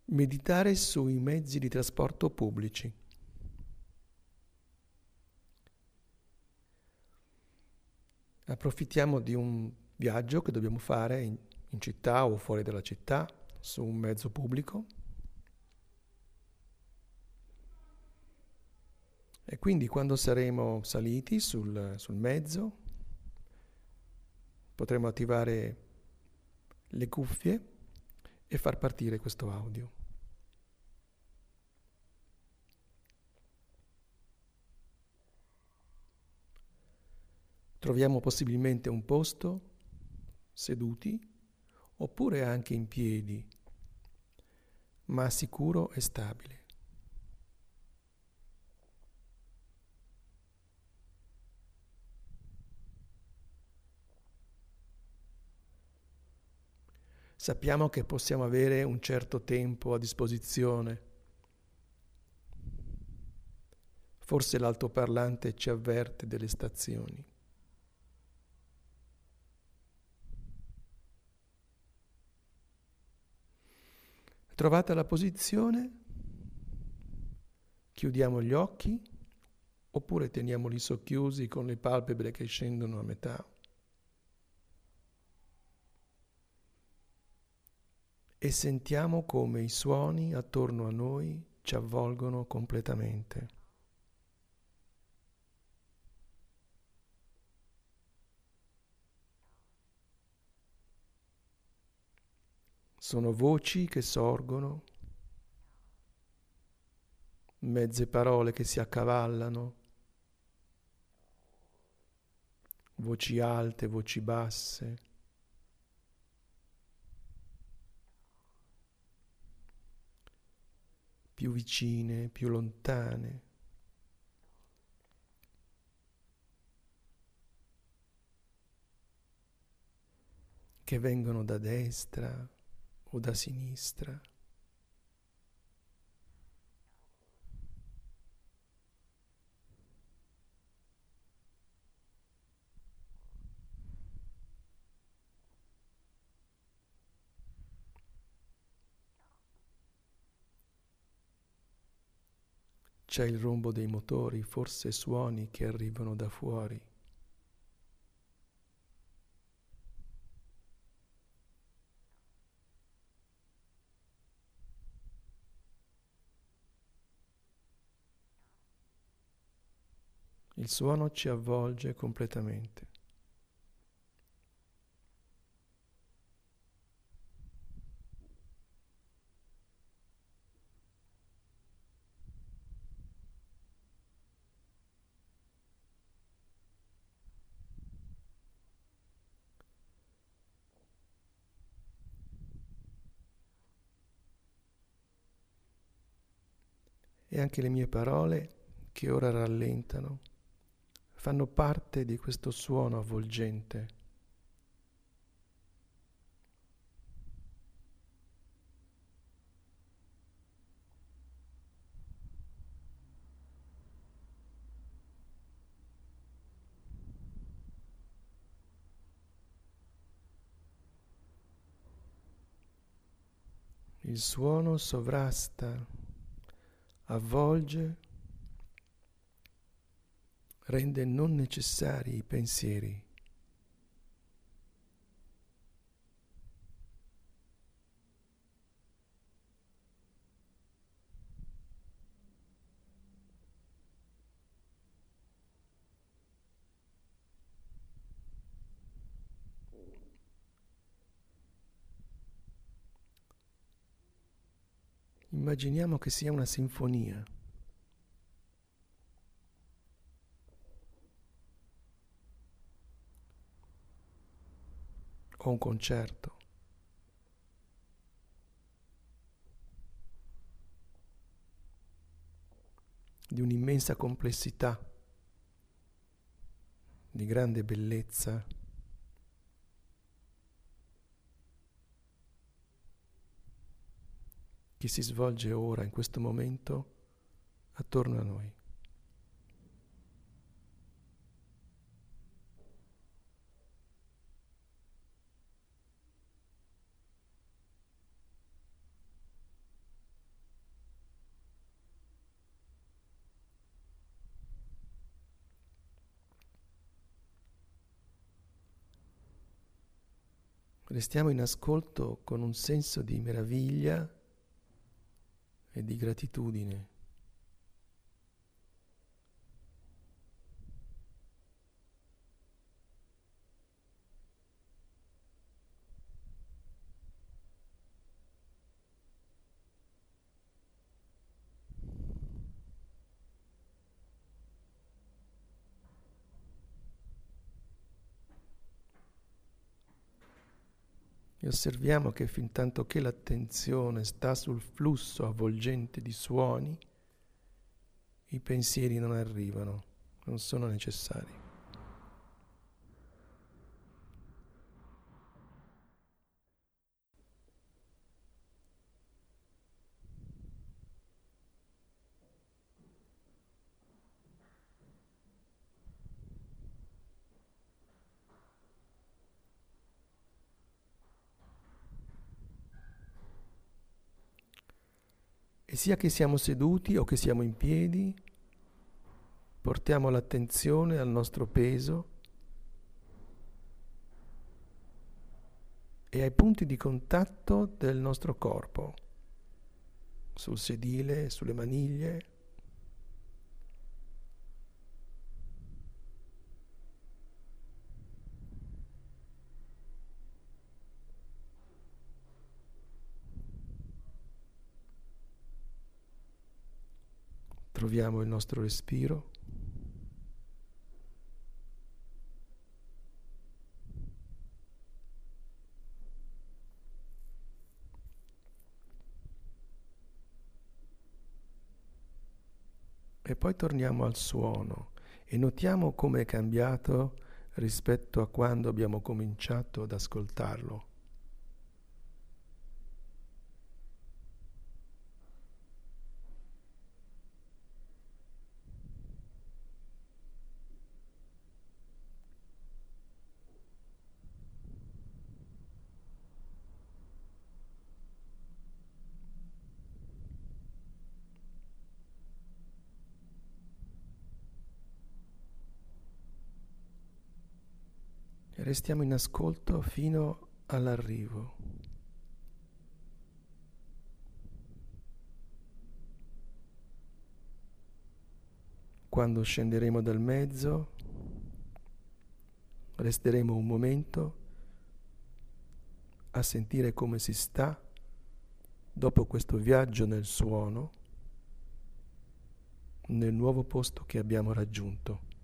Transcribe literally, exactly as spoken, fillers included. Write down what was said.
Meditare sui mezzi di trasporto pubblici. Approfittiamo di un viaggio che dobbiamo fare in, in città o fuori dalla città, su un mezzo pubblico. E quindi quando saremo saliti sul, sul mezzo, potremo attivare le cuffie e far partire questo audio. Troviamo possibilmente un posto, seduti, oppure anche in piedi, ma sicuro e stabile. Sappiamo che possiamo avere un certo tempo a disposizione. Forse l'altoparlante ci avverte delle stazioni. Trovata la posizione, chiudiamo gli occhi oppure teniamoli socchiusi con le palpebre che scendono a metà. E sentiamo come i suoni attorno a noi ci avvolgono completamente. Sono voci che sorgono, mezze parole che si accavallano, voci alte, voci basse. Più vicine, più lontane. Che vengono da destra o da sinistra. C'è il rombo dei motori, forse suoni che arrivano da fuori. Il suono ci avvolge completamente. E anche le mie parole, che ora rallentano, fanno parte di questo suono avvolgente. Il suono sovrasta, avvolge, rende non necessari i pensieri. Immaginiamo che sia una sinfonia o un concerto. Di un'immensa complessità, di grande bellezza. Che si svolge ora, in questo momento, attorno a noi. Restiamo in ascolto con un senso di meraviglia e di gratitudine. E osserviamo che fin tanto che l'attenzione sta sul flusso avvolgente di suoni, i pensieri non arrivano, non sono necessari. E sia che siamo seduti o che siamo in piedi, portiamo l'attenzione al nostro peso e ai punti di contatto del nostro corpo, sul sedile, sulle maniglie. Troviamo il nostro respiro. E poi torniamo al suono e notiamo come è cambiato rispetto a quando abbiamo cominciato ad ascoltarlo. E restiamo in ascolto fino all'arrivo. Quando scenderemo dal mezzo, resteremo un momento a sentire come si sta dopo questo viaggio nel suono, nel nuovo posto che abbiamo raggiunto.